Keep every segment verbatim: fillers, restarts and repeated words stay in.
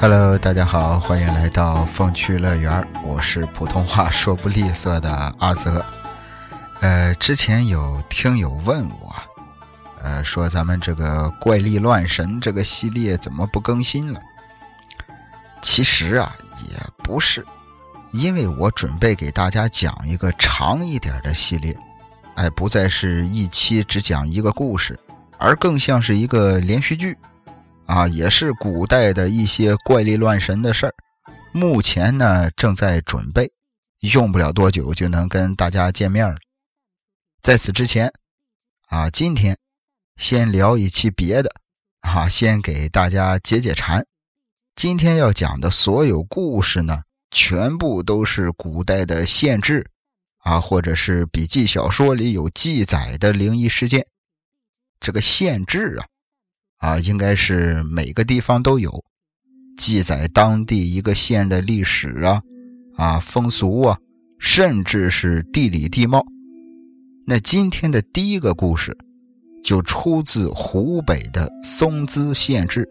Hello， 大家好，欢迎来到风趣乐园，我是普通话说不利索的阿泽。呃，之前有听友问我，呃，说咱们这个怪力乱神这个系列怎么不更新了？其实啊，也不是，因为我准备给大家讲一个长一点的系列，哎，不再是一期只讲一个故事，而更像是一个连续剧。啊，也是古代的一些怪力乱神的事儿，目前呢正在准备，用不了多久就能跟大家见面了。在此之前啊，今天先聊一期别的啊，先给大家解解馋。今天要讲的所有故事呢，全部都是古代的县志啊，或者是笔记小说里有记载的灵异事件。这个县志啊啊，应该是每个地方都有记载当地一个县的历史啊、啊风俗啊，甚至是地理地貌。那今天的第一个故事就出自湖北的松滋县志。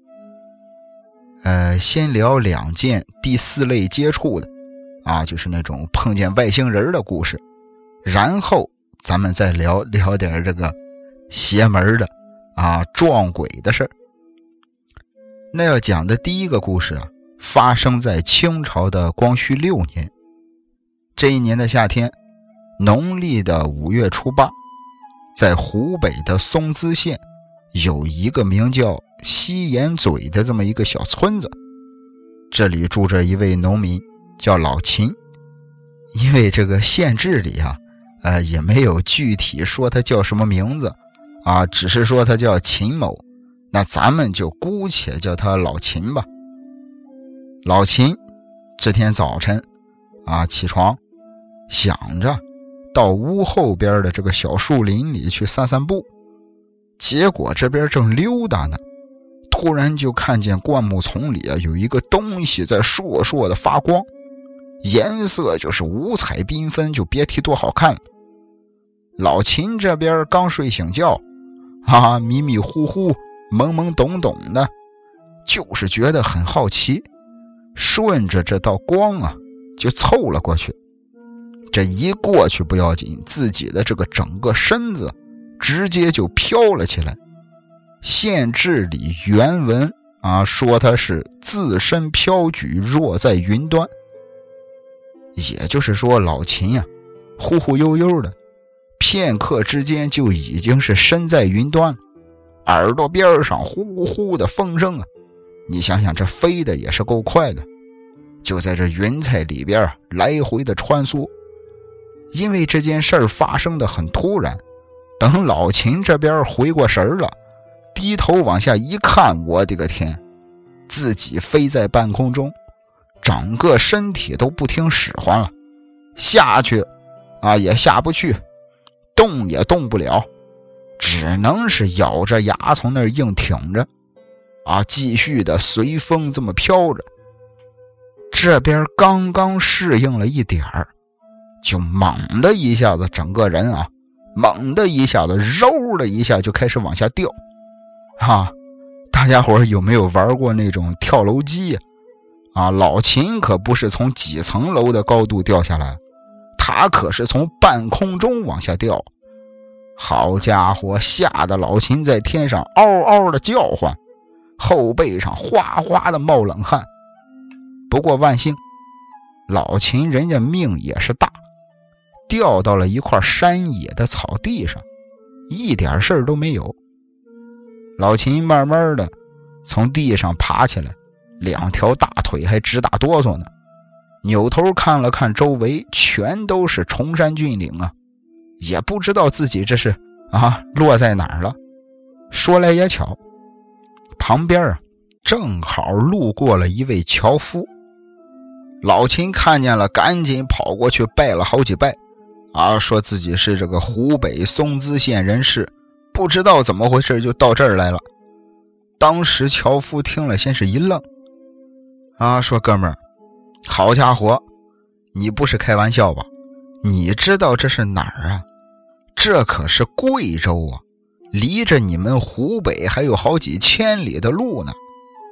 呃，先聊两件第四类接触的啊，就是那种碰见外星人的故事，然后咱们再聊聊点这个邪门的啊，撞鬼的事儿。那要讲的第一个故事啊，发生在清朝的光绪六年。这一年的夏天，农历的五月初八，在湖北的松滋县有一个名叫西岩嘴的这么一个小村子，这里住着一位农民叫老秦。因为这个县志里啊，呃，也没有具体说他叫什么名字啊，只是说他叫秦某，那咱们就姑且叫他老秦吧。老秦这天早晨啊起床，想着到屋后边的这个小树林里去散散步，结果这边正溜达呢，突然就看见灌木丛里啊有一个东西在烁烁的发光，颜色就是五彩缤纷，就别提多好看了。老秦这边刚睡醒觉啊，迷迷糊糊懵懵懂懂的，就是觉得很好奇，顺着这道光啊就凑了过去。这一过去不要紧，自己的这个整个身子直接就飘了起来。县志里原文啊说他是自身飘举，若在云端，也就是说老秦啊忽忽悠悠的，片刻之间就已经是身在云端了，耳朵边上呼呼的风声啊，你想想这飞的也是够快的，就在这云彩里边来回的穿梭。因为这件事儿发生的很突然，等老秦这边回过神了，低头往下一看，我的个天，自己飞在半空中，整个身体都不听使唤了，下去啊也下不去，动也动不了，只能是咬着牙从那儿硬挺着啊，继续的随风这么飘着。这边刚刚适应了一点儿，就猛的一下子整个人啊猛的一下子揉的一下就开始往下掉啊！大家伙有没有玩过那种跳楼机啊？老秦可不是从几层楼的高度掉下来，他可是从半空中往下掉。好家伙，吓得老秦在天上嗷嗷的叫唤，后背上哗哗的冒冷汗。不过万幸，老秦人家命也是大，掉到了一块山野的草地上，一点事儿都没有。老秦慢慢的从地上爬起来，两条大腿还直打哆嗦呢，扭头看了看周围，全都是崇山峻岭啊，也不知道自己这是啊落在哪儿了。说来也巧，旁边啊正好路过了一位樵夫。老秦看见了，赶紧跑过去拜了好几拜啊，说自己是这个湖北松滋县人士，不知道怎么回事就到这儿来了。当时樵夫听了先是一愣啊，说哥们儿，好家伙，你不是开玩笑吧？你知道这是哪儿啊？这可是贵州啊，离着你们湖北还有好几千里的路呢。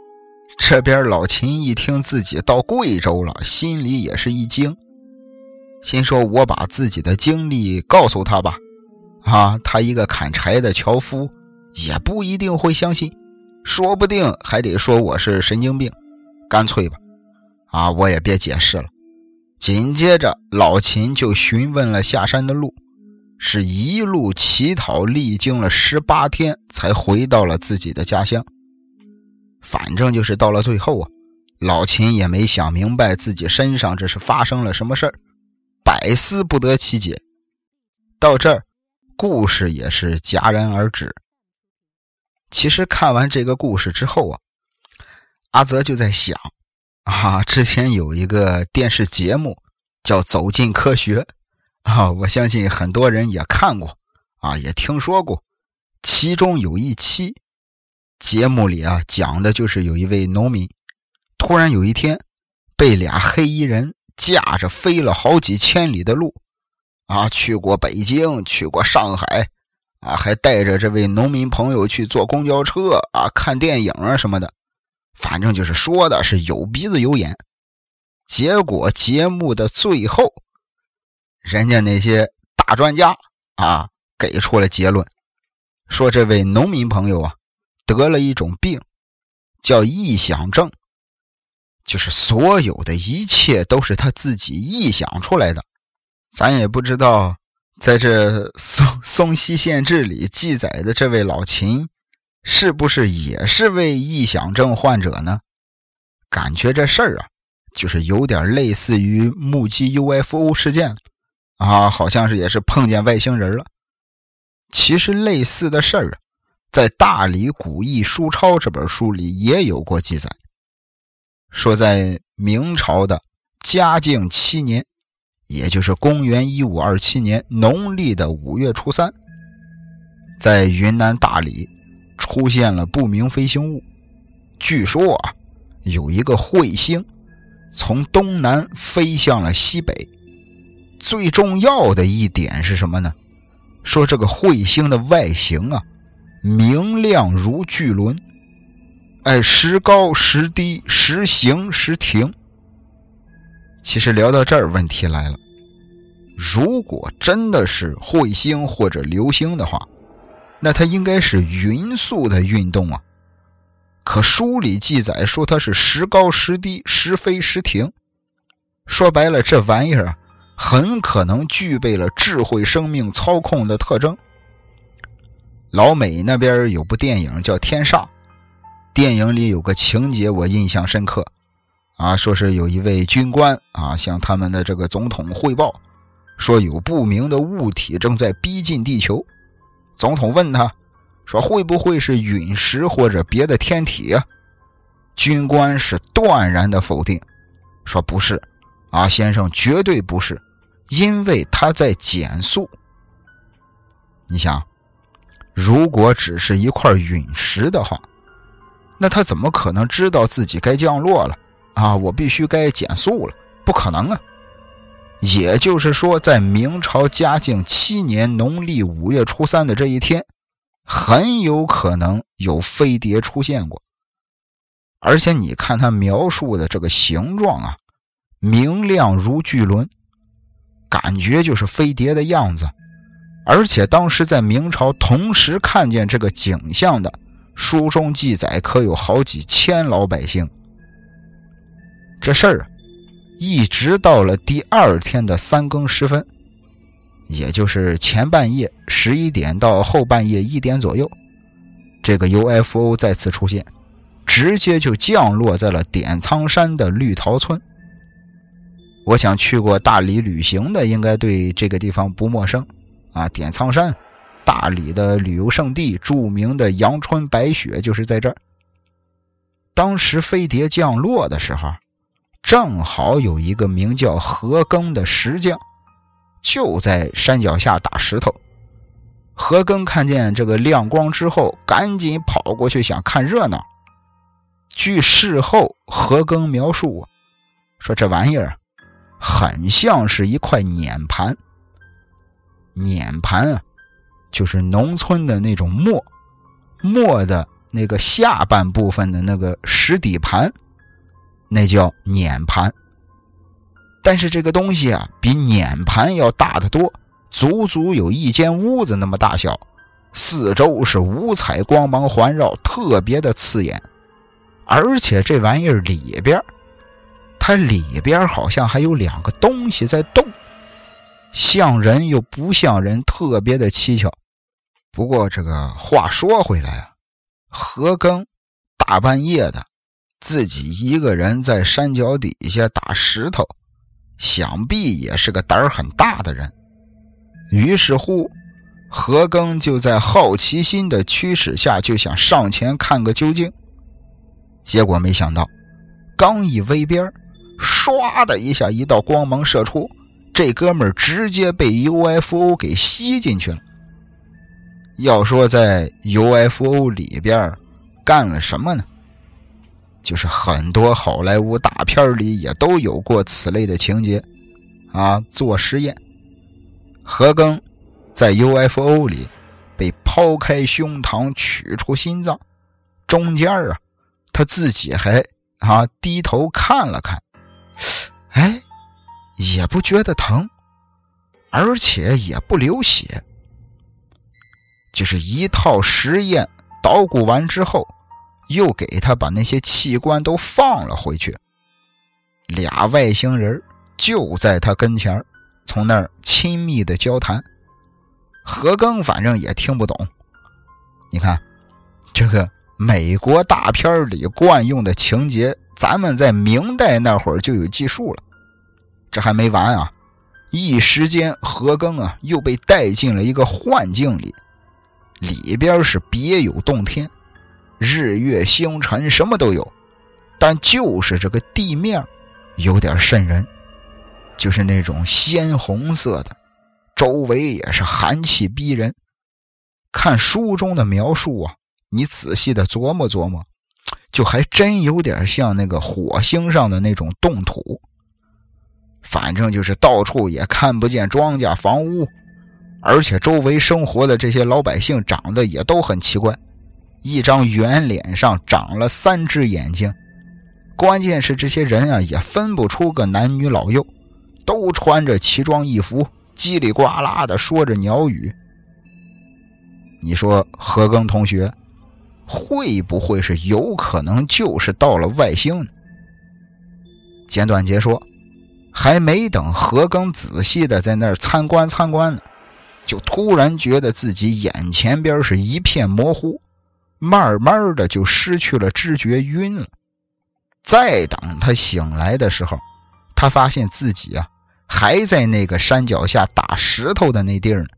这边老秦一听自己到贵州了，心里也是一惊，心说我把自己的经历告诉他吧，啊，他一个砍柴的樵夫也不一定会相信，说不定还得说我是神经病，干脆吧，啊，我也别解释了。紧接着老秦就询问了下山的路，是一路乞讨，历经了十八天才回到了自己的家乡。反正就是到了最后啊，老秦也没想明白自己身上这是发生了什么事儿，百思不得其解。到这儿故事也是戛然而止。其实看完这个故事之后啊，阿泽就在想啊，之前有一个电视节目叫《走进科学》啊，我相信很多人也看过啊，也听说过。其中有一期节目里啊，讲的就是有一位农民突然有一天被俩黑衣人驾着飞了好几千里的路啊，去过北京，去过上海啊，还带着这位农民朋友去坐公交车啊，看电影啊什么的，反正就是说的是有鼻子有眼。结果节目的最后，人家那些大专家啊给出了结论，说这位农民朋友啊得了一种病叫臆想症，就是所有的一切都是他自己臆想出来的。咱也不知道在这松松溪县志里记载的这位老秦是不是也是位臆想症患者呢？感觉这事儿啊就是有点类似于目击 U F O 事件啊，好像是也是碰见外星人了。其实类似的事儿啊，在《大理古异书钞》这本书里也有过记载，说在明朝的嘉靖七年，也就是公元一五二七年农历的五月初三，在云南大理出现了不明飞行物。据说啊，有一个彗星从东南飞向了西北。最重要的一点是什么呢？说这个彗星的外形啊，明亮如巨轮，哎，时高时低，时行时停。其实聊到这儿，问题来了，如果真的是彗星或者流星的话，那它应该是匀速的运动啊。可书里记载说它是时高时低，时飞时停。说白了，这玩意儿啊，很可能具备了智慧生命操控的特征。老美那边有部电影叫《天煞》，电影里有个情节我印象深刻啊，说是有一位军官啊向他们的这个总统汇报，说有不明的物体正在逼近地球。总统问他说会不会是陨石或者别的天体啊？军官是断然的否定，说不是啊，先生，绝对不是，因为它在减速。你想，如果只是一块陨石的话，那他怎么可能知道自己该降落了啊？我必须该减速了，不可能啊！也就是说，在明朝嘉靖七年农历五月初三的这一天，很有可能有飞碟出现过。而且你看他描述的这个形状啊，明亮如巨轮，感觉就是飞碟的样子。而且当时在明朝同时看见这个景象的，书中记载可有好几千老百姓。这事儿一直到了第二天的三更时分，也就是前半夜十一点到后半夜一点左右，这个 U F O 再次出现，直接就降落在了点苍山的绿桃村。我想去过大理旅行的应该对这个地方不陌生啊，点苍山，大理的旅游胜地，著名的阳春白雪就是在这儿。当时飞碟降落的时候，正好有一个名叫何庚的石匠就在山脚下打石头。何庚看见这个亮光之后，赶紧跑过去想看热闹。据事后何庚描述，说这玩意儿很像是一块碾盘。碾盘啊，就是农村的那种磨，磨的那个下半部分的那个石底盘，那叫碾盘。但是这个东西啊，比碾盘要大得多，足足有一间屋子那么大小，四周是五彩光芒环绕，特别的刺眼。而且这玩意儿里边，它里边好像还有两个东西在动，像人又不像人，特别的蹊跷。不过这个话说回来啊，何庚大半夜的自己一个人在山脚底下打石头，想必也是个胆儿很大的人。于是乎，何庚就在好奇心的驱使下，就想上前看个究竟。结果没想到，刚一围边，唰的一下，一道光芒射出，这哥们儿直接被 U F O 给吸进去了。要说在 U F O 里边干了什么呢？就是很多好莱坞大片里也都有过此类的情节啊，做实验。何庚在 U F O 里被抛开胸膛，取出心脏，中间啊他自己还啊低头看了看，哎，也不觉得疼，而且也不流血。就是一套实验捣鼓完之后，又给他把那些器官都放了回去。俩外星人就在他跟前，从那儿亲密的交谈。何庚反正也听不懂。你看这个美国大片里惯用的情节，咱们在明代那会儿就有记述了。这还没完啊，一时间何庚啊又被带进了一个幻境里，里边是别有洞天，日月星辰什么都有，但就是这个地面有点瘆人，就是那种鲜红色的，周围也是寒气逼人。看书中的描述啊，你仔细的琢磨琢磨，就还真有点像那个火星上的那种冻土。反正就是到处也看不见庄稼房屋，而且周围生活的这些老百姓长得也都很奇怪，一张圆脸上长了三只眼睛，关键是这些人啊也分不出个男女老幼，都穿着奇装异服，叽里呱啦的说着鸟语。你说何庚同学会不会是有可能就是到了外星呢？简短截说，还没等何庚仔细的在那儿参观参观呢，就突然觉得自己眼前边是一片模糊，慢慢的就失去了知觉，晕了。再等他醒来的时候，他发现自己啊还在那个山脚下打石头的那地儿呢。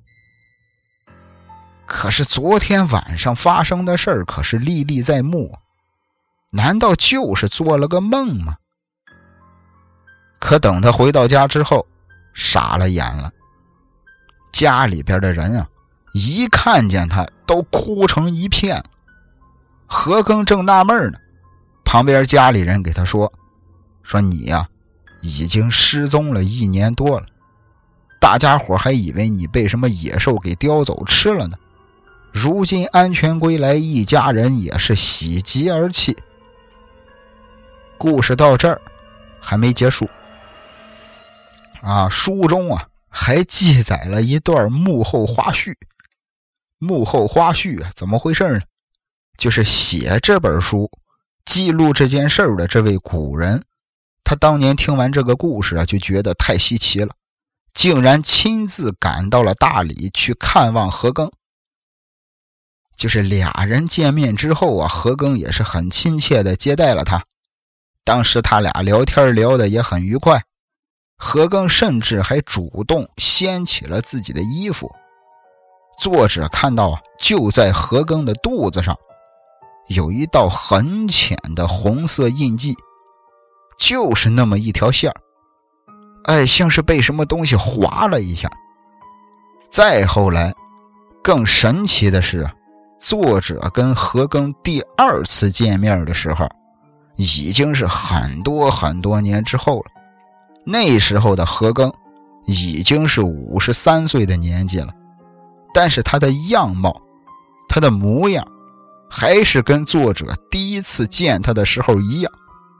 可是昨天晚上发生的事儿可是历历在目，难道就是做了个梦吗？可等他回到家之后，傻了眼了。家里边的人啊，一看见他都哭成一片。何庚正纳闷呢，旁边家里人给他说说你呀、啊、已经失踪了一年多了，大家伙还以为你被什么野兽给叼走吃了呢。如今安全归来，一家人也是喜极而泣。故事到这儿还没结束啊，书中啊还记载了一段幕后花絮。幕后花絮啊怎么回事呢？就是写这本书记录这件事儿的这位古人，他当年听完这个故事啊就觉得太稀奇了，竟然亲自赶到了大理去看望何庚。就是俩人见面之后啊，何庚也是很亲切的接待了他。当时他俩聊天聊得也很愉快，何庚甚至还主动掀起了自己的衣服。作者看到啊，就在何庚的肚子上有一道很浅的红色印记，就是那么一条线，哎，像是被什么东西划了一下。再后来更神奇的是，作者跟何庚第二次见面的时候已经是很多很多年之后了。那时候的何庚已经是五十三岁的年纪了，但是他的样貌，他的模样还是跟作者第一次见他的时候一样。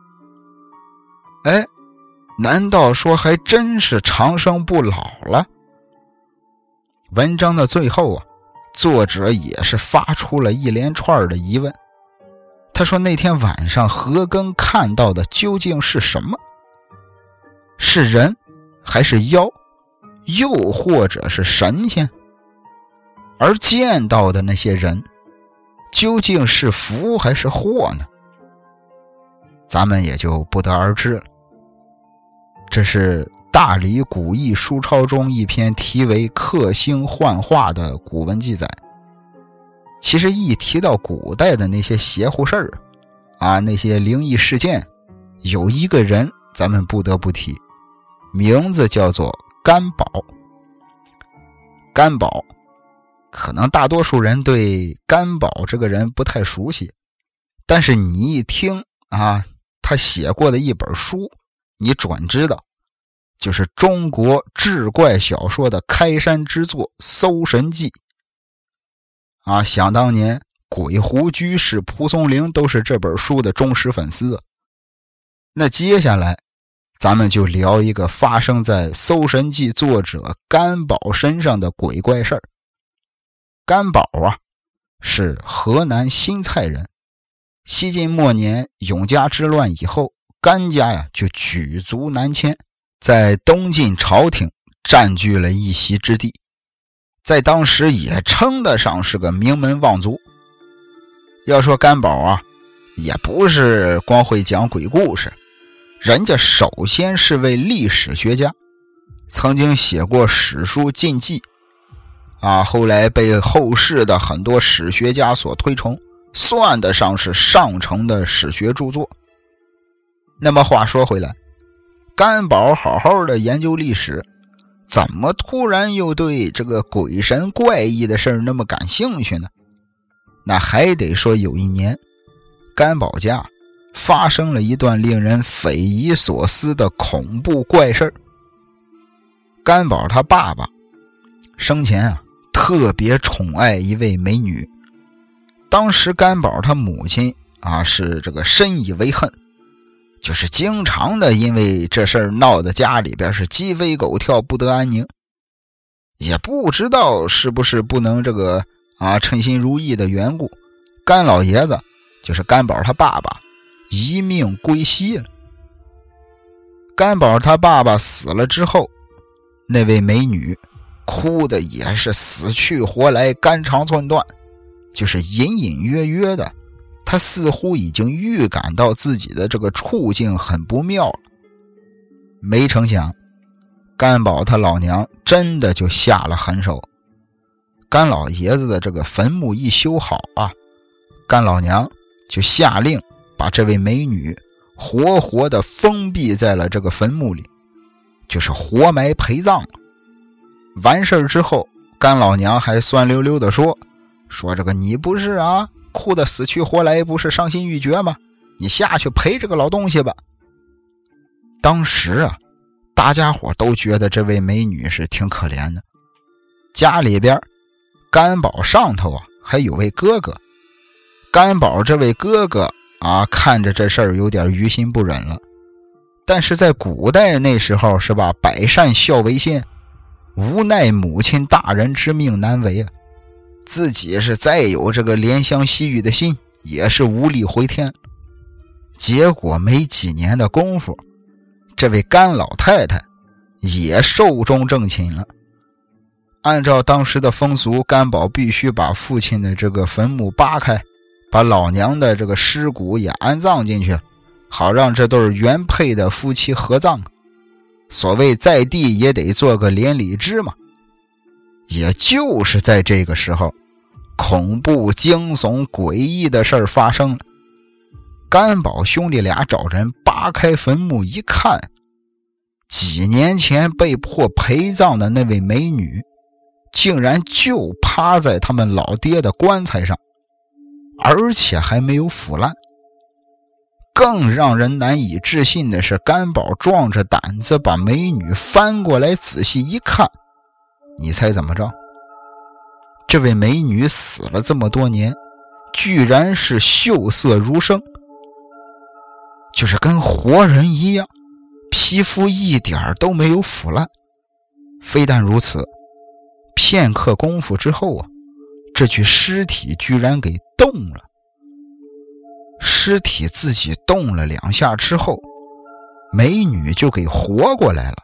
哎，难道说还真是长生不老了？文章的最后啊，作者也是发出了一连串的疑问。他说那天晚上何庚看到的究竟是什么？是人还是妖，又或者是神仙？而见到的那些人究竟是福还是祸呢？咱们也就不得而知了。这是大理古义书钞中一篇题为克星幻化的古文记载。其实一提到古代的那些邪乎事儿啊，那些灵异事件，有一个人咱们不得不提，名字叫做干宝。干宝可能大多数人对干宝这个人不太熟悉，但是你一听啊，他写过的一本书，你准知道，就是中国志怪小说的开山之作《搜神记》啊。想当年鬼狐居士蒲松龄都是这本书的忠实粉丝。那接下来咱们就聊一个发生在《搜神记》作者干宝身上的鬼怪事儿。干宝啊，是河南新蔡人。西晋末年永嘉之乱以后，干家呀就举族南迁，在东晋朝廷占据了一席之地，在当时也称得上是个名门望族。要说干宝啊，也不是光会讲鬼故事，人家首先是位历史学家，曾经写过史书禁忌啊，后来被后世的很多史学家所推崇，算得上是上乘的史学著作。那么话说回来，干宝好好的研究历史，怎么突然又对这个鬼神怪异的事儿那么感兴趣呢？那还得说有一年，干宝家发生了一段令人匪夷所思的恐怖怪事儿。干宝他爸爸生前啊特别宠爱一位美女，当时干宝他母亲啊是这个深以为恨，就是经常的因为这事儿闹得家里边是鸡飞狗跳，不得安宁。也不知道是不是不能这个啊称心如意的缘故，干老爷子就是干宝他爸爸一命归西了。干宝他爸爸死了之后，那位美女哭的也是死去活来，肝肠寸断，就是隐隐约约的，他似乎已经预感到自己的这个处境很不妙了。没成想干宝他老娘真的就下了狠手。干老爷子的这个坟墓一修好啊，干老娘就下令把这位美女活活的封闭在了这个坟墓里，就是活埋陪葬了。完事儿之后，干老娘还酸溜溜的说说这个你不是啊哭得死去活来，不是伤心欲绝吗？你下去陪这个老东西吧。当时啊大家伙都觉得这位美女是挺可怜的，家里边干宝上头啊还有位哥哥，干宝这位哥哥啊看着这事儿有点于心不忍了。但是在古代那时候是吧，百善孝为先，无奈母亲大人之命难违啊，自己是再有这个怜香惜玉的心也是无力回天。结果没几年的功夫，这位干老太太也寿终正寝了。按照当时的风俗，干宝必须把父亲的这个坟墓扒开，把老娘的这个尸骨也安葬进去，好让这对原配的夫妻合葬。所谓在地也得做个连理枝嘛。也就是在这个时候，恐怖惊悚诡异的事儿发生了。干宝兄弟俩找人扒开坟墓一看，几年前被迫陪葬的那位美女竟然就趴在他们老爹的棺材上，而且还没有腐烂。更让人难以置信的是，干宝壮着胆子把美女翻过来仔细一看，你猜怎么着？这位美女死了这么多年， 居然是秀色如生，就是跟活人一样，皮肤一点都没有腐烂。非但如此，片刻功夫之后啊，这具尸体居然给动了。尸体自己动了两下之后，美女就给活过来了。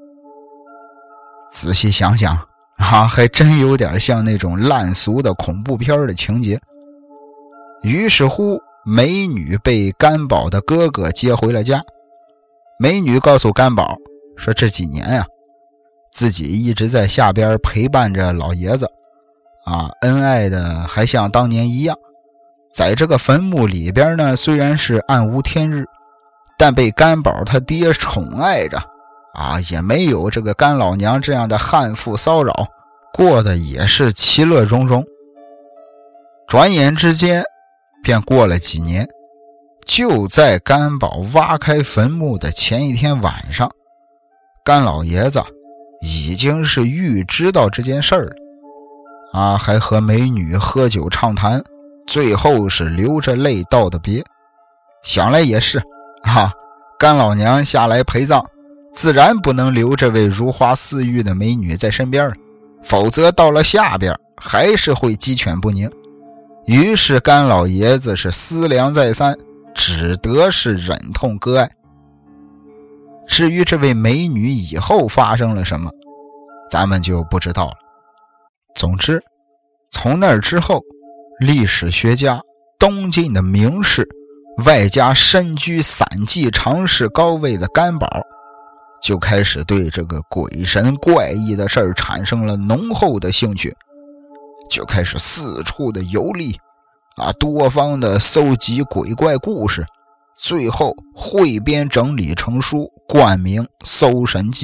仔细想想啊，还真有点像那种烂俗的恐怖片的情节。于是乎，美女被甘宝的哥哥接回了家。美女告诉甘宝说，这几年啊，自己一直在下边陪伴着老爷子啊，恩爱的还像当年一样。在这个坟墓里边呢，虽然是暗无天日，但被甘宝他爹宠爱着啊，也没有这个甘老娘这样的悍妇骚扰，过得也是其乐融融。转眼之间便过了几年，就在甘宝挖开坟墓的前一天晚上，甘老爷子已经是预知到这件事儿了啊，还和美女喝酒畅谈，最后是流着泪道的别。想来也是啊，甘老娘下来陪葬，自然不能留这位如花似玉的美女在身边了，否则到了下边还是会鸡犬不宁。于是甘老爷子是思量再三，只得是忍痛割爱。至于这位美女以后发生了什么，咱们就不知道了。总之，从那之后，历史学家、东晋的名士，外加身居散骑常侍高位的甘宝，就开始对这个鬼神怪异的事儿产生了浓厚的兴趣，就开始四处的游历啊，多方的搜集鬼怪故事，最后汇编整理成书，冠名《搜神记》。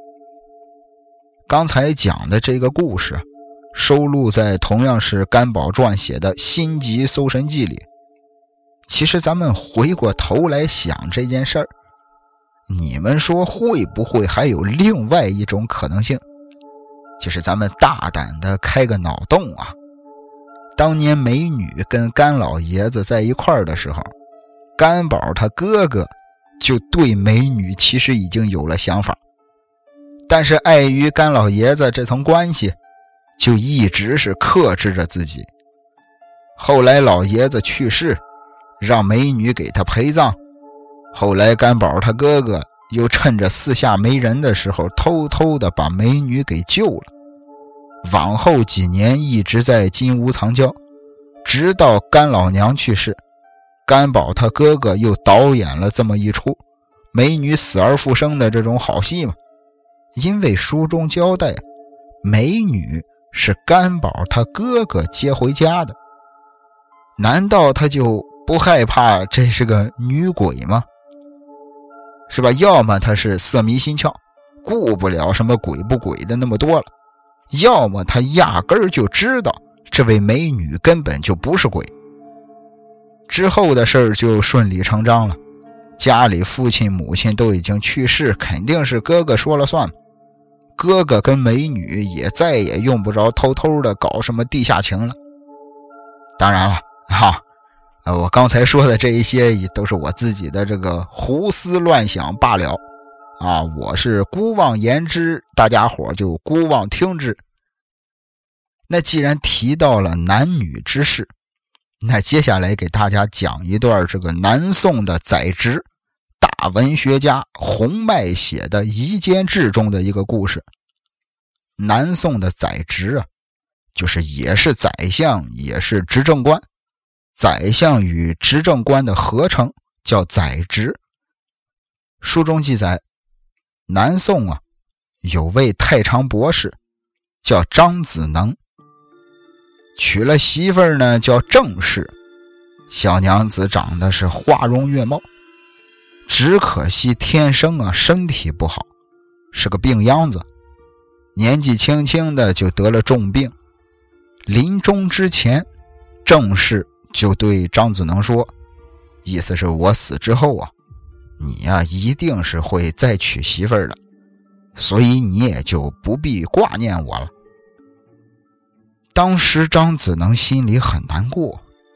刚才讲的这个故事收录在同样是甘宝撰写的《新集搜神记》里。其实咱们回过头来想这件事儿，你们说会不会还有另外一种可能性，就是咱们大胆的开个脑洞啊。当年美女跟甘老爷子在一块儿的时候，甘宝他哥哥就对美女其实已经有了想法，但是碍于甘老爷子这层关系，就一直是克制着自己。后来老爷子去世，让美女给他陪葬，后来甘宝他哥哥又趁着四下没人的时候，偷偷的把美女给救了。往后几年一直在金屋藏娇，直到甘老娘去世，甘宝他哥哥又导演了这么一出美女死而复生的这种好戏嘛。因为书中交代，美女是甘宝他哥哥接回家的，难道他就不害怕这是个女鬼吗？是吧？要么他是色迷心窍，顾不了什么鬼不鬼的那么多了，要么他压根儿就知道这位美女根本就不是鬼。之后的事儿就顺理成章了，家里父亲母亲都已经去世，肯定是哥哥说了算。哥哥跟美女也再也用不着偷偷的搞什么地下情了。当然了哈，呃，我刚才说的这一些也都是我自己的这个胡思乱想罢了啊，我是姑妄言之，大家伙就姑妄听之。那既然提到了男女之事，那接下来给大家讲一段这个南宋的载直大文学家洪迈写的《夷坚志》中的一个故事。南宋的载直啊，就是也是宰相也是执政官，宰相与执政官的合称叫载直。书中记载，南宋啊有位太常博士叫张子能，娶了媳妇儿呢叫郑氏，小娘子长得是花容月貌，只可惜天生啊身体不好，是个病秧子，年纪轻轻的就得了重病。临终之前，郑氏就对张子能说，意思是我死之后啊，你啊一定是会再娶媳妇儿的，所以你也就不必挂念我了。当时张子能心里很难过，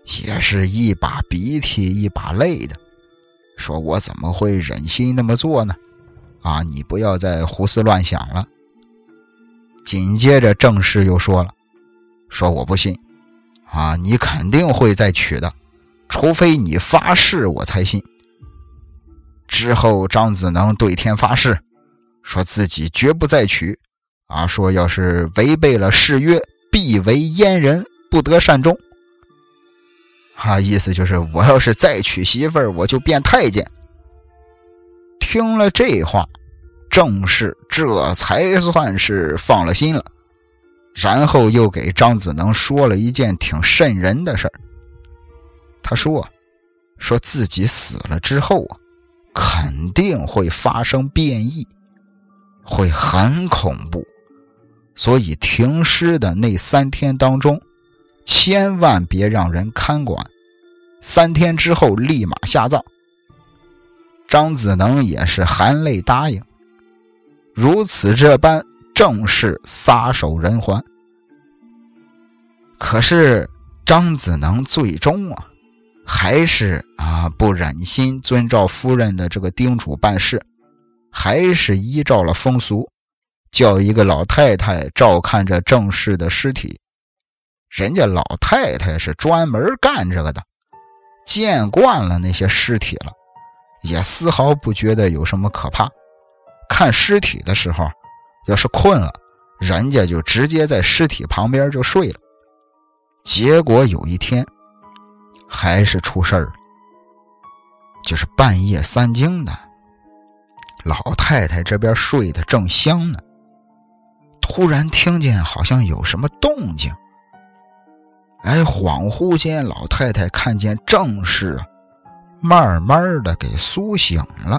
也是一把鼻涕一把泪的，说我怎么会忍心那么做呢？啊，你不要再胡思乱想了。紧接着郑氏又说了，说我不信啊，你肯定会再娶的，除非你发誓我才信。之后张子能对天发誓，说自己绝不再娶啊，说要是违背了誓约，必为阉人，不得善终。啊，意思就是我要是再娶媳妇儿，我就变太监。听了这话，郑氏这才算是放了心了，然后又给张子能说了一件挺瘆人的事儿。他说说自己死了之后啊，肯定会发生变异，会很恐怖，所以停尸的那三天当中，千万别让人看管，三天之后立马下葬。张子能也是含泪答应，如此这般，正是撒手人寰。可是张子能最终啊，还是啊不忍心遵照夫人的这个叮嘱办事，还是依照了风俗，叫一个老太太照看着郑氏的尸体。人家老太太是专门干这个的，见惯了那些尸体了，也丝毫不觉得有什么可怕。看尸体的时候，要是困了，人家就直接在尸体旁边就睡了。结果有一天还是出事儿了，就是半夜三更的，老太太这边睡得正香呢，突然听见好像有什么动静。哎，恍惚间老太太看见郑氏慢慢的给苏醒了，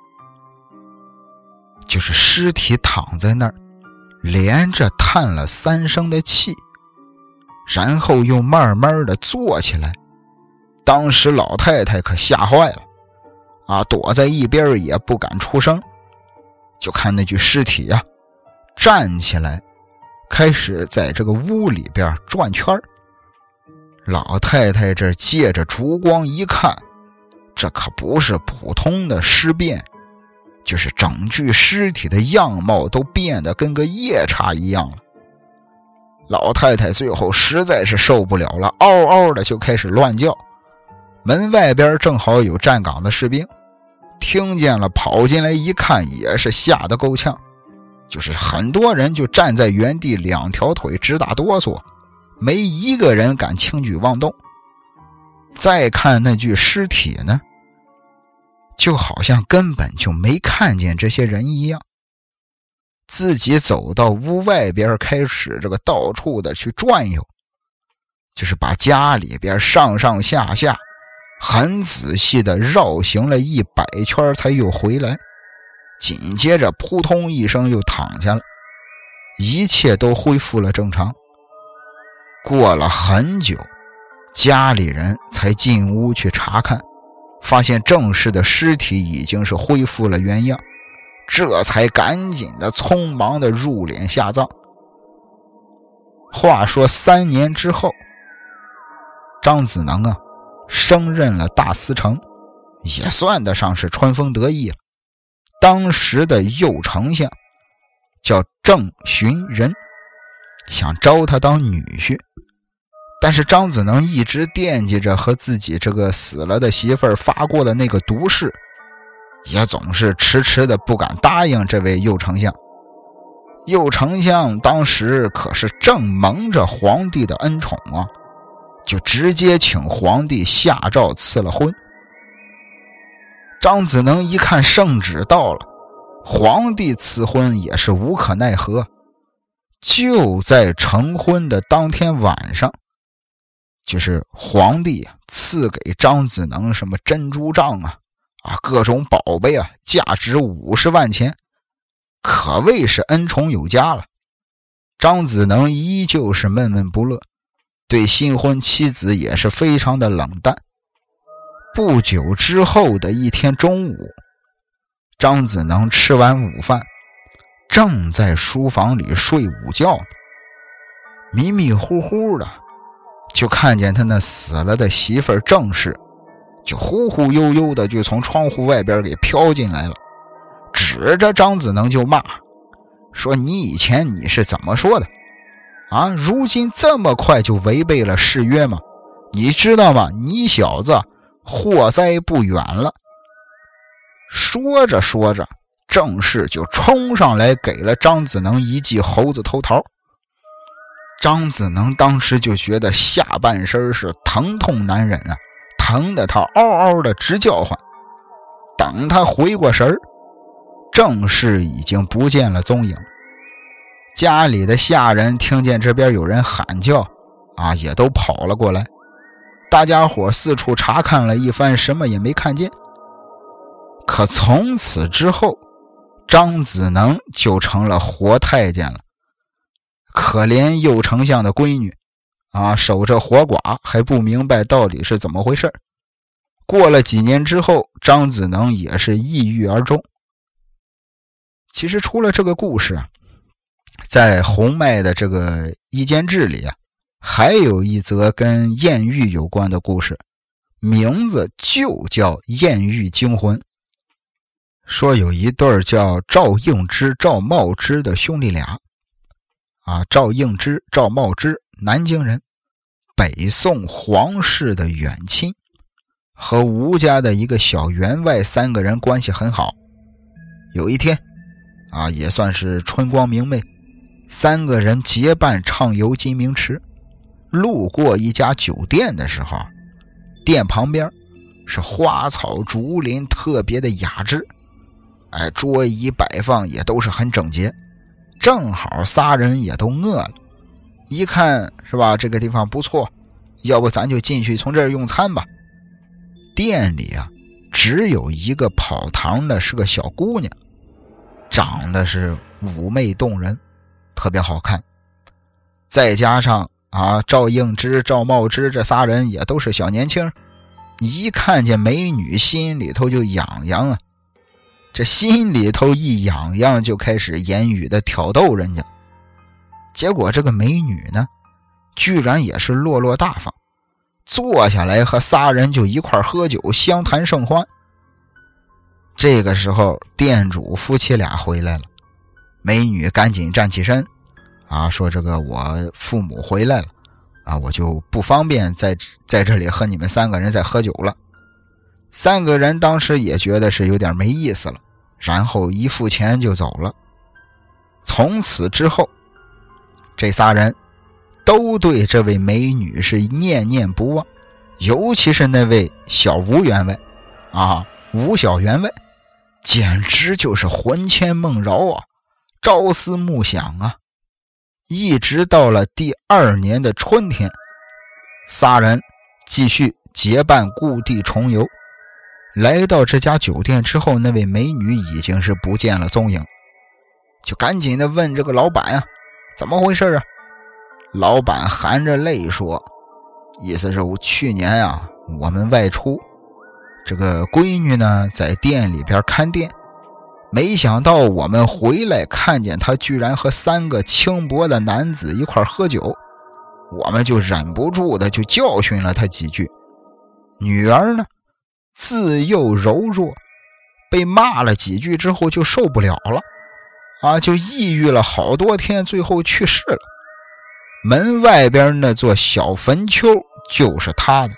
就是尸体躺在那儿，连着叹了三声的气，然后又慢慢的坐起来。当时老太太可吓坏了啊，躲在一边也不敢出声。就看那具尸体呀、啊，站起来，开始在这个屋里边转圈。老太太这借着烛光一看，这可不是普通的尸变，就是整具尸体的样貌都变得跟个夜叉一样了。老太太最后实在是受不了了，嗷嗷的就开始乱叫。门外边正好有站岗的士兵，听见了跑进来一看，也是吓得够呛，就是很多人就站在原地，两条腿直打哆嗦，没一个人敢轻举妄动。再看那具尸体呢，就好像根本就没看见这些人一样。自己走到屋外边，开始这个到处的去转悠，就是把家里边上上下下很仔细的绕行了一百圈才又回来，紧接着扑通一声又躺下了，一切都恢复了正常。过了很久，家里人才进屋去查看，发现郑氏的尸体已经是恢复了原样，这才赶紧的匆忙的入殓下葬。话说三年之后，张子能啊升任了大司城，也算得上是春风得意了。当时的右丞相叫郑寻仁，想招他当女婿，但是张子能一直惦记着和自己这个死了的媳妇儿发过的那个毒誓，也总是迟迟的不敢答应这位右丞相。右丞相当时可是正蒙着皇帝的恩宠啊，就直接请皇帝下诏赐了婚。张子能一看圣旨到了，皇帝赐婚也是无可奈何。就在成婚的当天晚上，就是皇帝赐给张子能什么珍珠杖啊啊各种宝贝啊，价值五十万钱，可谓是恩宠有加了。张子能依旧是闷闷不乐，对新婚妻子也是非常的冷淡。不久之后的一天中午，张子能吃完午饭，正在书房里睡午觉，迷迷糊糊的就看见他那死了的媳妇儿郑氏就忽忽悠悠的就从窗户外边给飘进来了，指着张子能就骂，说你以前你是怎么说的啊？如今这么快就违背了誓约吗？你知道吗？你小子祸灾不远了。说着说着，郑氏就冲上来给了张子能一记猴子头桃。张子能当时就觉得下半身是疼痛难忍啊，疼得他嗷嗷的直叫唤。等他回过神儿，郑氏已经不见了踪影。家里的下人听见这边有人喊叫啊，也都跑了过来。大家伙四处查看了一番，什么也没看见。可从此之后，张子能就成了活太监了。可怜右丞相的闺女啊，守着活寡还不明白到底是怎么回事。过了几年之后，张子能也是抑郁而终。其实除了这个故事啊，在洪迈的这个《夷坚志》里啊，还有一则跟艳遇有关的故事，名字就叫艳遇惊魂。说有一对叫赵应之、赵茂之的兄弟俩啊，赵应之、赵茂之，南京人，北宋皇室的远亲，和吴家的一个小员外三个人关系很好。有一天啊，也算是春光明媚，三个人结伴畅游金明池，路过一家酒店的时候，店旁边是花草竹林，特别的雅致，哎，桌椅摆放也都是很整洁。正好仨人也都饿了，一看是吧，这个地方不错，要不咱就进去从这儿用餐吧。店里啊，只有一个跑堂的是个小姑娘，长得是妩媚动人，特别好看。再加上啊，赵应之、赵茂之这仨人也都是小年轻，一看见美女心里头就痒痒啊。这心里头一痒痒，就开始言语的挑逗人家。结果这个美女呢，居然也是落落大方，坐下来和仨人就一块喝酒，相谈甚欢。这个时候店主夫妻俩回来了，美女赶紧站起身啊，说这个我父母回来了啊，我就不方便在在这里和你们三个人再喝酒了。三个人当时也觉得是有点没意思了，然后一付钱就走了。从此之后，这仨人都对这位美女是念念不忘，尤其是那位小吴员外啊，吴小员外，简直就是魂牵梦绕啊，朝思暮想啊。一直到了第二年的春天，仨人继续结伴故地重游。来到这家酒店之后，那位美女已经是不见了踪影，就赶紧的问这个老板啊，怎么回事啊？老板含着泪说，意思是我去年啊，我们外出，这个闺女呢在店里边看店，没想到我们回来看见她居然和三个轻薄的男子一块喝酒，我们就忍不住的就教训了她几句。女儿呢自幼柔弱，被骂了几句之后就受不了了啊，就抑郁了好多天，最后去世了。门外边那座小坟丘就是他的。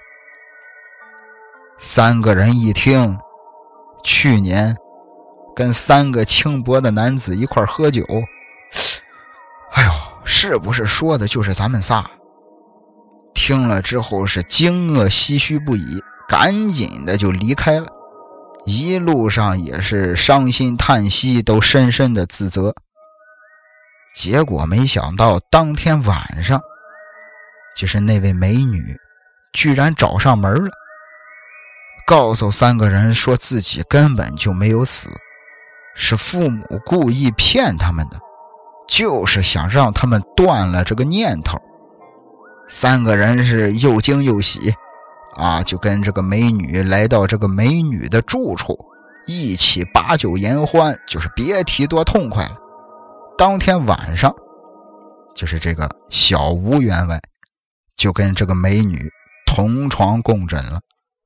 三个人一听，去年跟三个轻薄的男子一块喝酒，哎呦，是不是说的就是咱们仨？听了之后是惊愕唏嘘不已，赶紧的就离开了，一路上也是伤心叹息，都深深的自责。结果没想到当天晚上，就是那位美女居然找上门了，告诉三个人说自己根本就没有死，是父母故意骗他们的，就是想让他们断了这个念头。三个人是又惊又喜啊，就跟这个美女来到这个美女的住处，一起把酒言欢，就是别提多痛快了。当天晚上，就是这个小吴员外就跟这个美女同床共枕了。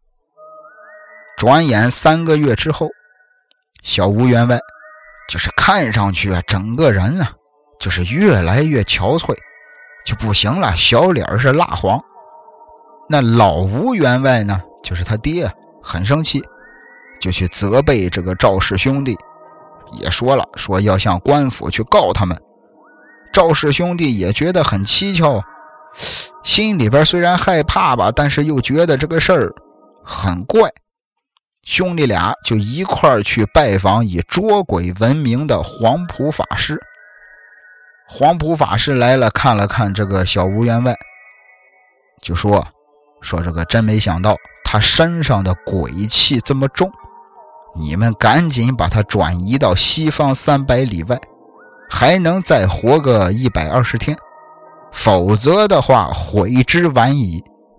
转眼三个月之后，小吴员外就是看上去啊，整个人啊就是越来越憔悴，就不行了，小脸是蜡黄。那老吴员外呢，就是他爹，很生气，就去责备这个赵氏兄弟，也说了，说要向官府去告他们。赵氏兄弟也觉得很蹊跷，心里边虽然害怕吧，但是又觉得这个事儿很怪。兄弟俩就一块儿去拜访以捉鬼闻名的黄埔法师。黄埔法师来了，看了看这个小吴员外，就说说这个真没想到他身上的鬼气这么重，你们赶紧把他转移到西方三百里外，还能再活个一百二十天，否则的话悔之晚矣。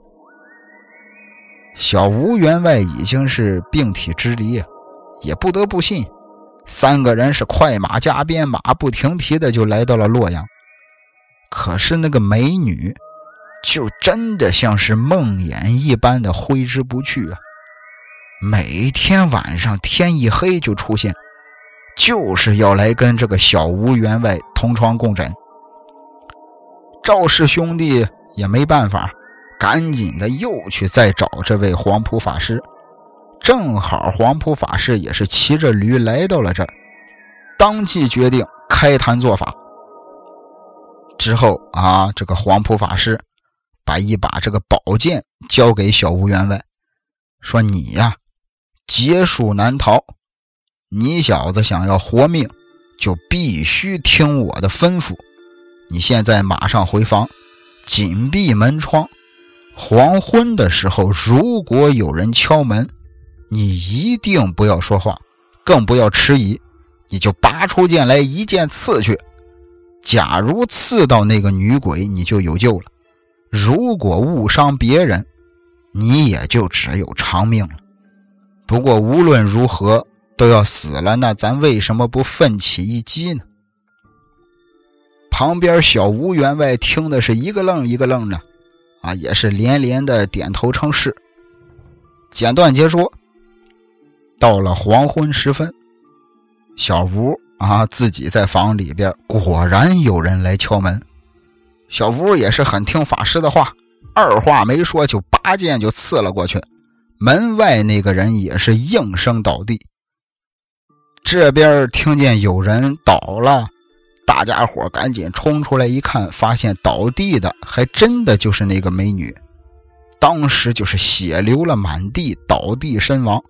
小吴员外已经是病体支离，也不得不信，三个人是快马加鞭，马不停蹄的就来到了洛阳。可是那个美女就真的像是梦魇一般的挥之不去啊！每天晚上天一黑就出现，就是要来跟这个小吴员外同床共枕。赵氏兄弟也没办法，赶紧的又去再找这位黄埔法师。正好黄埔法师也是骑着驴来到了这儿，当即决定开坛做法。之后啊，这个黄埔法师把一把这个宝剑交给小吴员外，说你呀，劫数难逃，你小子想要活命，就必须听我的吩咐。你现在马上回房，紧闭门窗，黄昏的时候如果有人敲门，你一定不要说话，更不要迟疑，你就拔出剑来一剑刺去。假如刺到那个女鬼，你就有救了，如果误伤别人，你也就只有偿命了。不过无论如何都要死了，那咱为什么不奋起一击呢？旁边小吴员外听的是一个愣一个愣的啊，也是连连的点头称是。简短结说，到了黄昏时分，小吴啊自己在房里边果然有人来敲门。小吴也是很听法师的话，二话没说就拔剑就刺了过去。门外那个人也是应声倒地。这边听见有人倒了，大家伙赶紧冲出来一看，发现倒地的还真的就是那个美女，当时就是血流了满地，倒地身亡。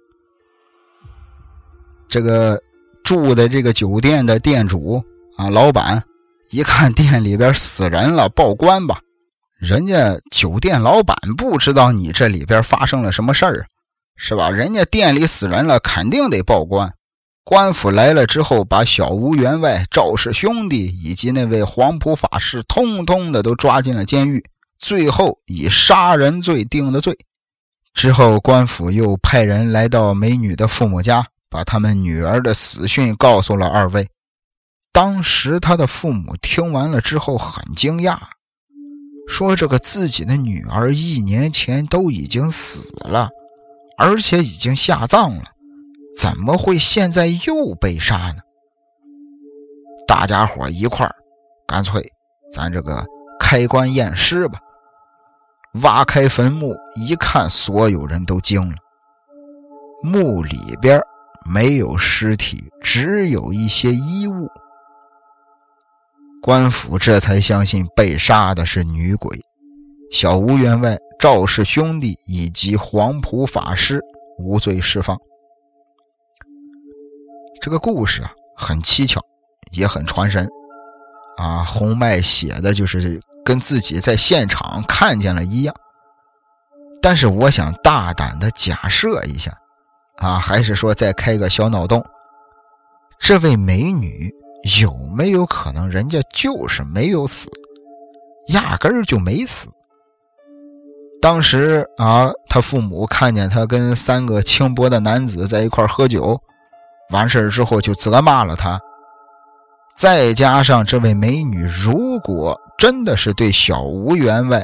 这个住的这个酒店的店主啊，老板一看店里边死人了，报官吧。人家酒店老板不知道你这里边发生了什么事儿，是吧？人家店里死人了，肯定得报官。官府来了之后，把小吴员外、赵氏兄弟以及那位黄埔法师通通的都抓进了监狱，最后以杀人罪定了罪。之后官府又派人来到美女的父母家，把他们女儿的死讯告诉了二位。当时他的父母听完了之后很惊讶，说这个自己的女儿一年前都已经死了，而且已经下葬了，怎么会现在又被杀呢？大家伙一块儿，干脆咱这个开棺验尸吧。挖开坟墓一看，所有人都惊了，墓里边没有尸体，只有一些衣物。官府这才相信被杀的是女鬼，小吴员外、赵氏兄弟以及黄埔法师无罪释放。这个故事啊很蹊跷，也很传神啊。洪迈写的就是跟自己在现场看见了一样，但是我想大胆的假设一下啊，还是说再开个小脑洞，这位美女有没有可能人家就是没有死，压根儿就没死？当时啊，他父母看见他跟三个轻薄的男子在一块喝酒，完事之后就责骂了他。再加上这位美女如果真的是对小吴员外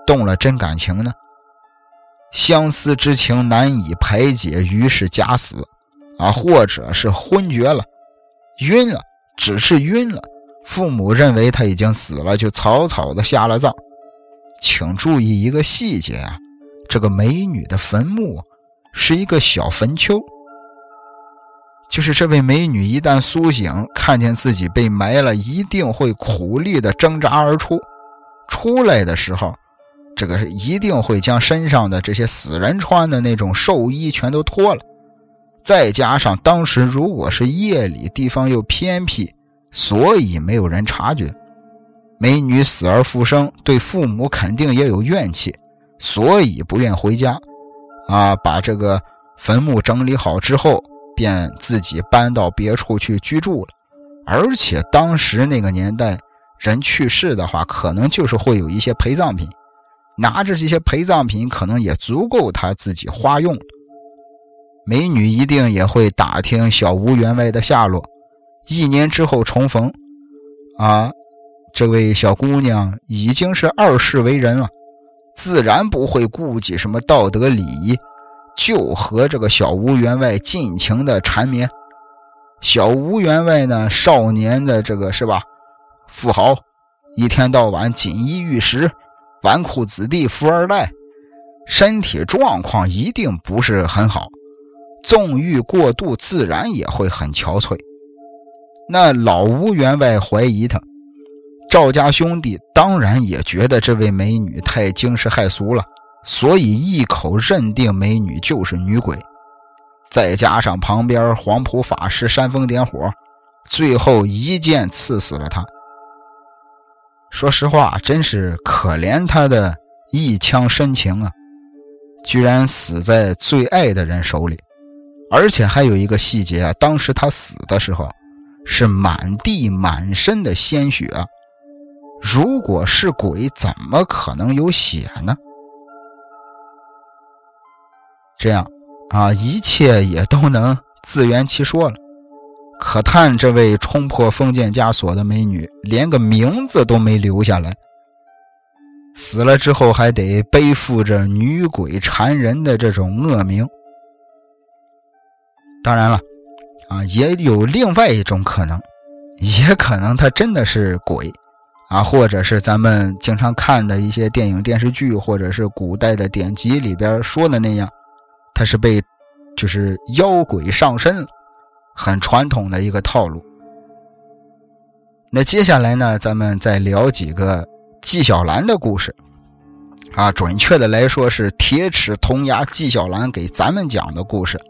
动了真感情呢？相思之情难以排解，于是假死啊，或者是昏厥了，晕了，只是晕了，父母认为他已经死了，就草草的下了葬。请注意一个细节啊，这个美女的坟墓是一个小坟丘，就是这位美女一旦苏醒，看见自己被埋了，一定会苦力的挣扎而出，出来的时候这个一定会将身上的这些死人穿的那种寿衣全都脱了，再加上当时如果是夜里，地方又偏僻，所以没有人察觉。美女死而复生，对父母肯定也有怨气，所以不愿回家啊，把这个坟墓整理好之后，便自己搬到别处去居住了。而且当时那个年代，人去世的话，可能就是会有一些陪葬品，拿着这些陪葬品可能也足够他自己花用了。美女一定也会打听小吴员外的下落，一年之后重逢啊，这位小姑娘已经是二世为人了，自然不会顾及什么道德礼仪，就和这个小吴员外尽情的缠绵。小吴员外呢，少年的这个是吧，富豪，一天到晚锦衣玉食，纨绔子弟，富二代，身体状况一定不是很好，纵欲过度，自然也会很憔悴。那老吴员外怀疑他，赵家兄弟当然也觉得这位美女太惊世骇俗了，所以一口认定美女就是女鬼。再加上旁边黄埔法师煽风点火，最后一剑刺死了他。说实话，真是可怜他的一腔深情啊，居然死在最爱的人手里。而且还有一个细节啊，当时他死的时候是满地满身的鲜血啊，如果是鬼，怎么可能有血呢？这样啊，一切也都能自圆其说了。可叹这位冲破封建枷锁的美女，连个名字都没留下来，死了之后还得背负着女鬼缠人的这种恶名。当然了啊，也有另外一种可能，也可能她真的是鬼啊，或者是咱们经常看的一些电影电视剧，或者是古代的典籍里边说的那样，她是被就是妖鬼上身了，很传统的一个套路。那接下来呢，咱们再聊几个纪晓岚的故事啊，准确的来说是铁齿铜牙纪晓岚给咱们讲的故事。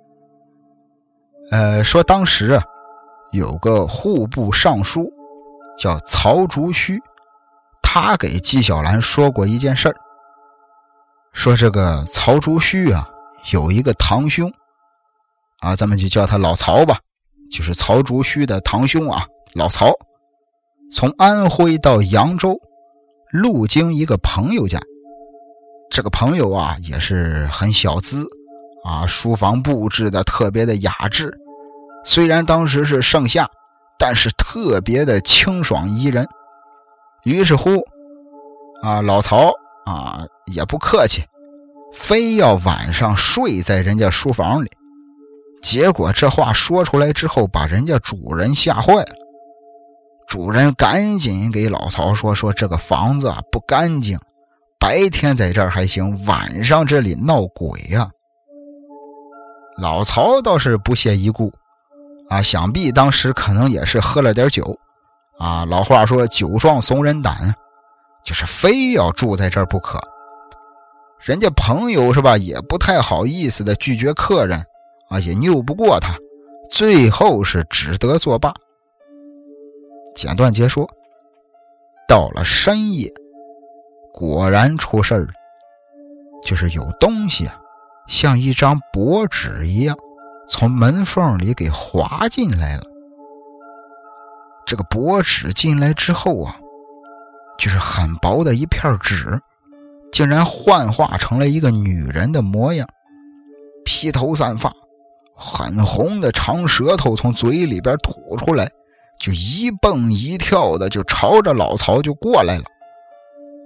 呃，说当时啊，有个户部尚书叫曹竹虚，他给纪晓岚说过一件事儿，说这个曹竹虚啊，有一个堂兄啊，咱们就叫他老曹吧，就是曹竹虚的堂兄啊，老曹从安徽到扬州，路经一个朋友家。这个朋友啊，也是很小资啊，书房布置的特别的雅致，虽然当时是盛夏，但是特别的清爽宜人。于是乎啊，老曹啊也不客气，非要晚上睡在人家书房里。结果这话说出来之后，把人家主人吓坏了。主人赶紧给老曹说，说这个房子啊不干净，白天在这儿还行，晚上这里闹鬼啊。老曹倒是不屑一顾啊，想必当时可能也是喝了点酒啊，老话说酒壮怂人胆，就是非要住在这儿不可。人家朋友是吧，也不太好意思的拒绝客人啊，也拗不过他，最后是只得作罢。简短结说，到了深夜，果然出事儿了，就是有东西啊，像一张薄纸一样，从门缝里给滑进来了。这个薄纸进来之后啊，就是很薄的一片纸，竟然幻化成了一个女人的模样，披头散发，很红的长舌头从嘴里边吐出来，就一蹦一跳的就朝着老曹就过来了。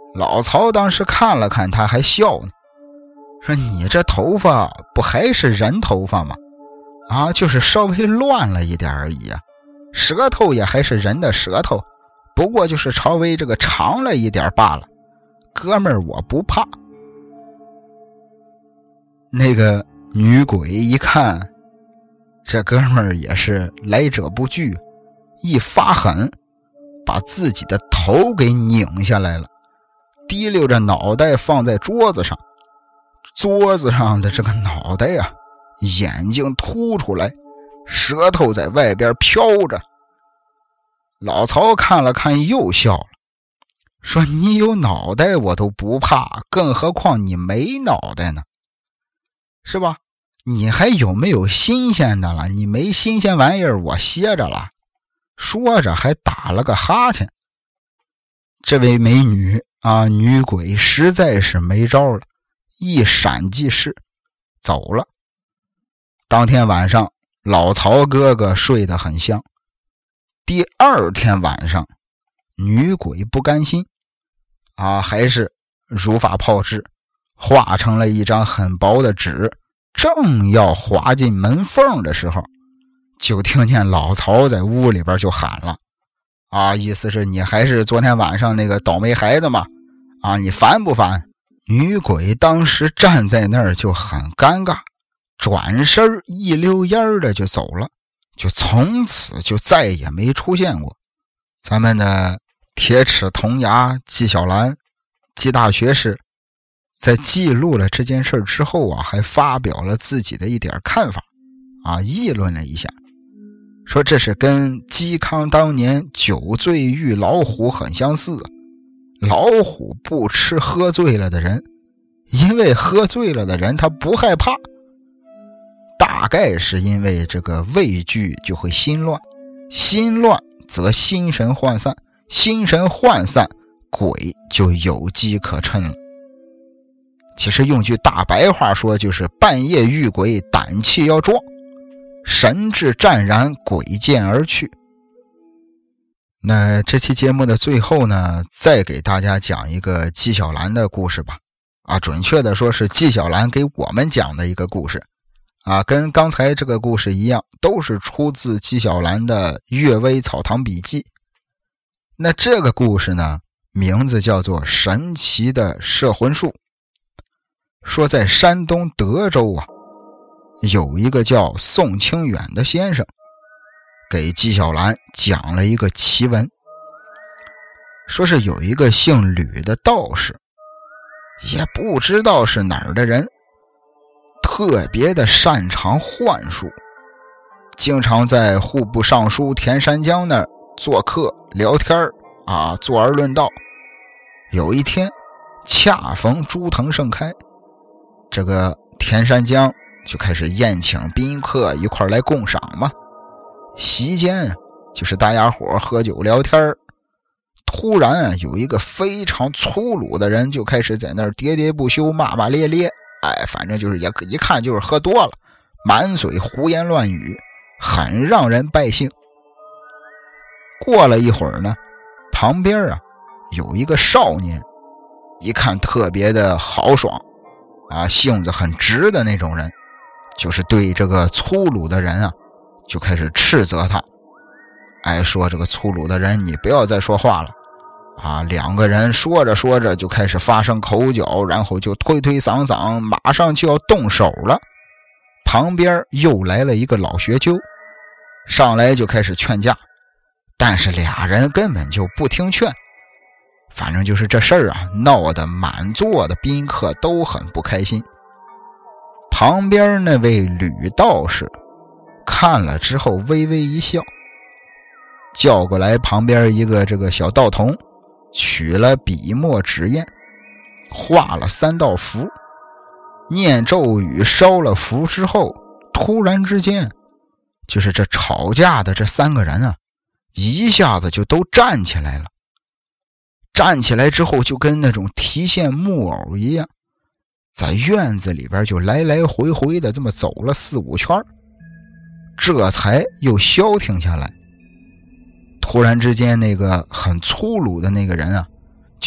老曹当时看了看他，还笑呢，说你这头发不还是人头发吗？啊，就是稍微乱了一点而已啊，舌头也还是人的舌头，不过就是稍微这个长了一点罢了。哥们儿，我不怕。那个女鬼一看，这哥们儿也是来者不拒，一发狠，把自己的头给拧下来了，提溜着脑袋放在桌子上，桌子上的这个脑袋呀、啊，眼睛凸出来，舌头在外边飘着。老曹看了看又笑了，说你有脑袋我都不怕，更何况你没脑袋呢，是吧？你还有没有新鲜的了？你没新鲜玩意儿我歇着了。说着还打了个哈欠。这位美女啊，女鬼实在是没招了，一闪即逝走了。当天晚上老曹哥哥睡得很香。第二天晚上女鬼不甘心啊，还是如法炮制，画成了一张很薄的纸，正要滑进门缝的时候，就听见老曹在屋里边就喊了啊，意思是你还是昨天晚上那个倒霉孩子嘛，啊，你烦不烦？女鬼当时站在那儿就很尴尬，转身一溜烟的就走了，就从此就再也没出现过。咱们的铁齿铜牙纪晓岚纪大学士在记录了这件事之后啊，还发表了自己的一点看法啊，议论了一下，说这是跟嵇康当年酒醉遇老虎很相似。老虎不吃喝醉了的人，因为喝醉了的人他不害怕，大概是因为这个畏惧就会心乱，心乱则心神涣散，心神涣散，鬼就有机可乘了。其实用句大白话说，就是半夜遇鬼胆气要壮，神志湛然，鬼见而去。那这期节目的最后呢，再给大家讲一个纪晓岚的故事吧。啊，准确的说是纪晓岚给我们讲的一个故事。啊，跟刚才这个故事一样，都是出自纪晓岚的《阅微草堂笔记》。那这个故事呢，名字叫做《神奇的摄魂术》。说在山东德州啊，有一个叫宋清远的先生，给纪晓岚讲了一个奇闻。说是有一个姓吕的道士，也不知道是哪儿的人，特别的擅长幻术，经常在户部尚书田山江那儿做客聊天啊，坐而论道。有一天恰逢朱藤盛开，这个田山江就开始宴请宾客一块来共赏嘛。席间就是大家伙喝酒聊天，突然有一个非常粗鲁的人就开始在那儿喋喋不休，骂骂咧咧，哎，反正就是也一看就是喝多了，满嘴胡言乱语，很让人败兴。过了一会儿呢，旁边啊有一个少年，一看特别的豪爽啊，性子很直的那种人，就是对这个粗鲁的人啊就开始斥责他，哎，说这个粗鲁的人你不要再说话了啊！两个人说着说着就开始发生口角，然后就推推搡搡，马上就要动手了。旁边又来了一个老学究，上来就开始劝架，但是俩人根本就不听劝。反正就是这事儿啊，闹得满座的宾客都很不开心。旁边那位吕道士看了之后微微一笑，叫过来旁边一个这个小道童，取了笔墨纸砚，画了三道符，念咒语，烧了符之后，突然之间就是这吵架的这三个人啊，一下子就都站起来了。站起来之后就跟那种提线木偶一样，在院子里边就来来回回的这么走了四五圈，这才又消停下来。突然之间那个很粗鲁的那个人啊，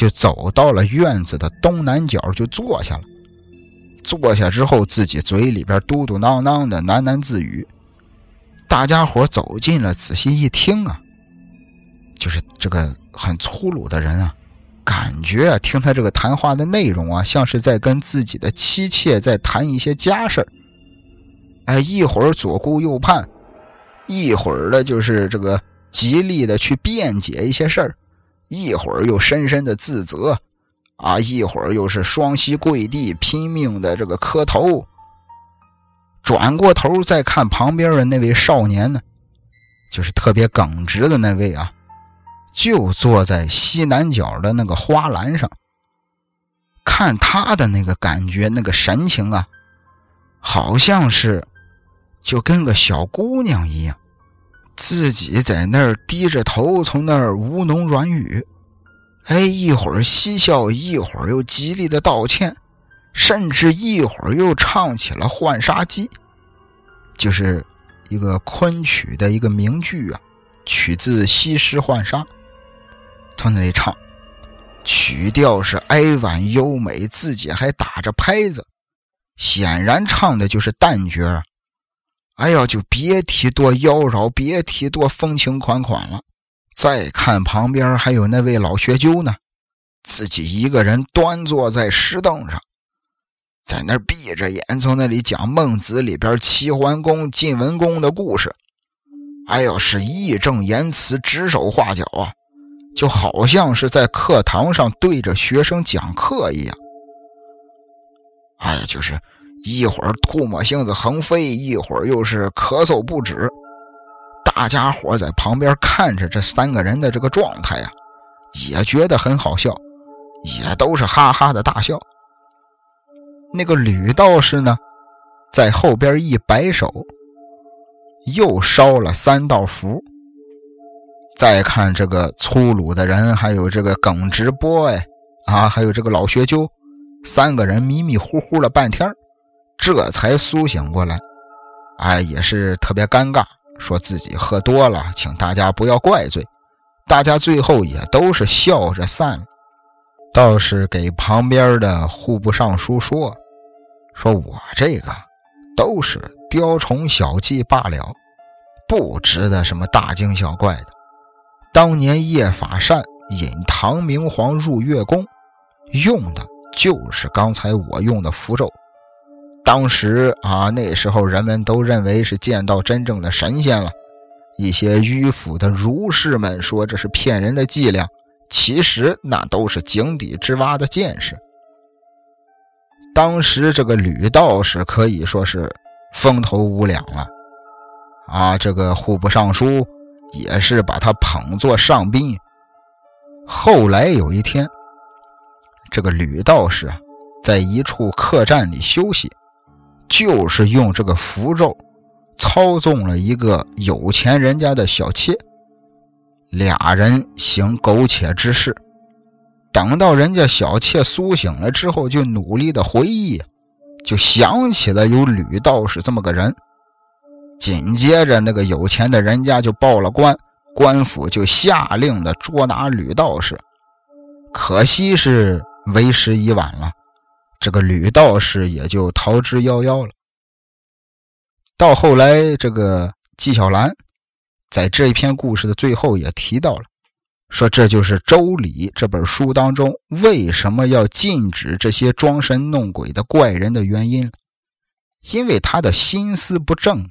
就走到了院子的东南角就坐下了。坐下之后，自己嘴里边嘟嘟囔囔的喃喃自语。大家伙走近了，仔细一听啊，就是这个很粗鲁的人啊，感觉啊，听他这个谈话的内容啊，像是在跟自己的妻妾在谈一些家事儿。哎，一会儿左顾右盼，一会儿的就是这个极力的去辩解一些事儿，一会儿又深深的自责啊，一会儿又是双膝跪地拼命的这个磕头。转过头再看旁边的那位少年呢，就是特别耿直的那位啊，就坐在西南角的那个花篮上。看他的那个感觉，那个神情啊，好像是就跟个小姑娘一样，自己在那儿低着头从那儿吴侬软语。哎，一会儿嬉笑，一会儿又极力的道歉，甚至一会儿又唱起了浣纱机，就是一个昆曲的一个名剧啊，取自西施浣纱。从那里唱，曲调是哀婉优美，自己还打着拍子，显然唱的就是旦角啊。哎呀，就别提多妖娆，别提多风情款款了。再看旁边还有那位老学究呢，自己一个人端坐在石凳上，在那儿闭着眼从那里讲孟子里边齐桓公晋文公的故事。哎呦，是义正言辞，指手画脚啊，就好像是在课堂上对着学生讲课一样。哎呀，就是一会儿唾沫星子横飞，一会儿又是咳嗽不止。大家伙在旁边看着这三个人的这个状态啊，也觉得很好笑，也都是哈哈的大笑。那个吕道士呢，在后边一摆手，又烧了三道符。再看这个粗鲁的人，还有这个耿直 boy 啊，还有这个老学究，三个人迷迷糊糊了半天，这才苏醒过来。哎，也是特别尴尬，说自己喝多了，请大家不要怪罪。大家最后也都是笑着散了。倒是给旁边的户部尚书说，说我这个都是雕虫小技罢了，不值得什么大惊小怪的。当年叶法善引唐明皇入月宫，用的就是刚才我用的符咒。当时啊，那时候人们都认为是见到真正的神仙了，一些迂腐的儒士们说这是骗人的伎俩，其实那都是井底之蛙的见识。当时这个吕道士可以说是风头无两了啊，这个户部尚书也是把他捧作上宾。后来有一天，这个吕道士啊，在一处客栈里休息，就是用这个符咒操纵了一个有钱人家的小妾，俩人行苟且之事。等到人家小妾苏醒了之后，就努力的回忆，就想起了有吕道士这么个人。紧接着那个有钱的人家就报了官，官府就下令的捉拿吕道士。可惜是为时已晚了，这个吕道士也就逃之夭夭了。到后来，这个纪晓岚在这一篇故事的最后也提到了，说这就是《周礼》这本书当中为什么要禁止这些装神弄鬼的怪人的原因了，因为他的心思不正。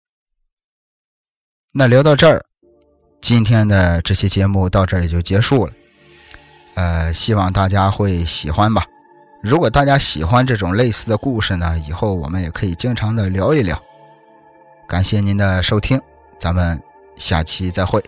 那聊到这儿，今天的这期节目到这儿也就结束了。呃，希望大家会喜欢吧。如果大家喜欢这种类似的故事呢，以后我们也可以经常的聊一聊。感谢您的收听，咱们下期再会。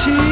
情。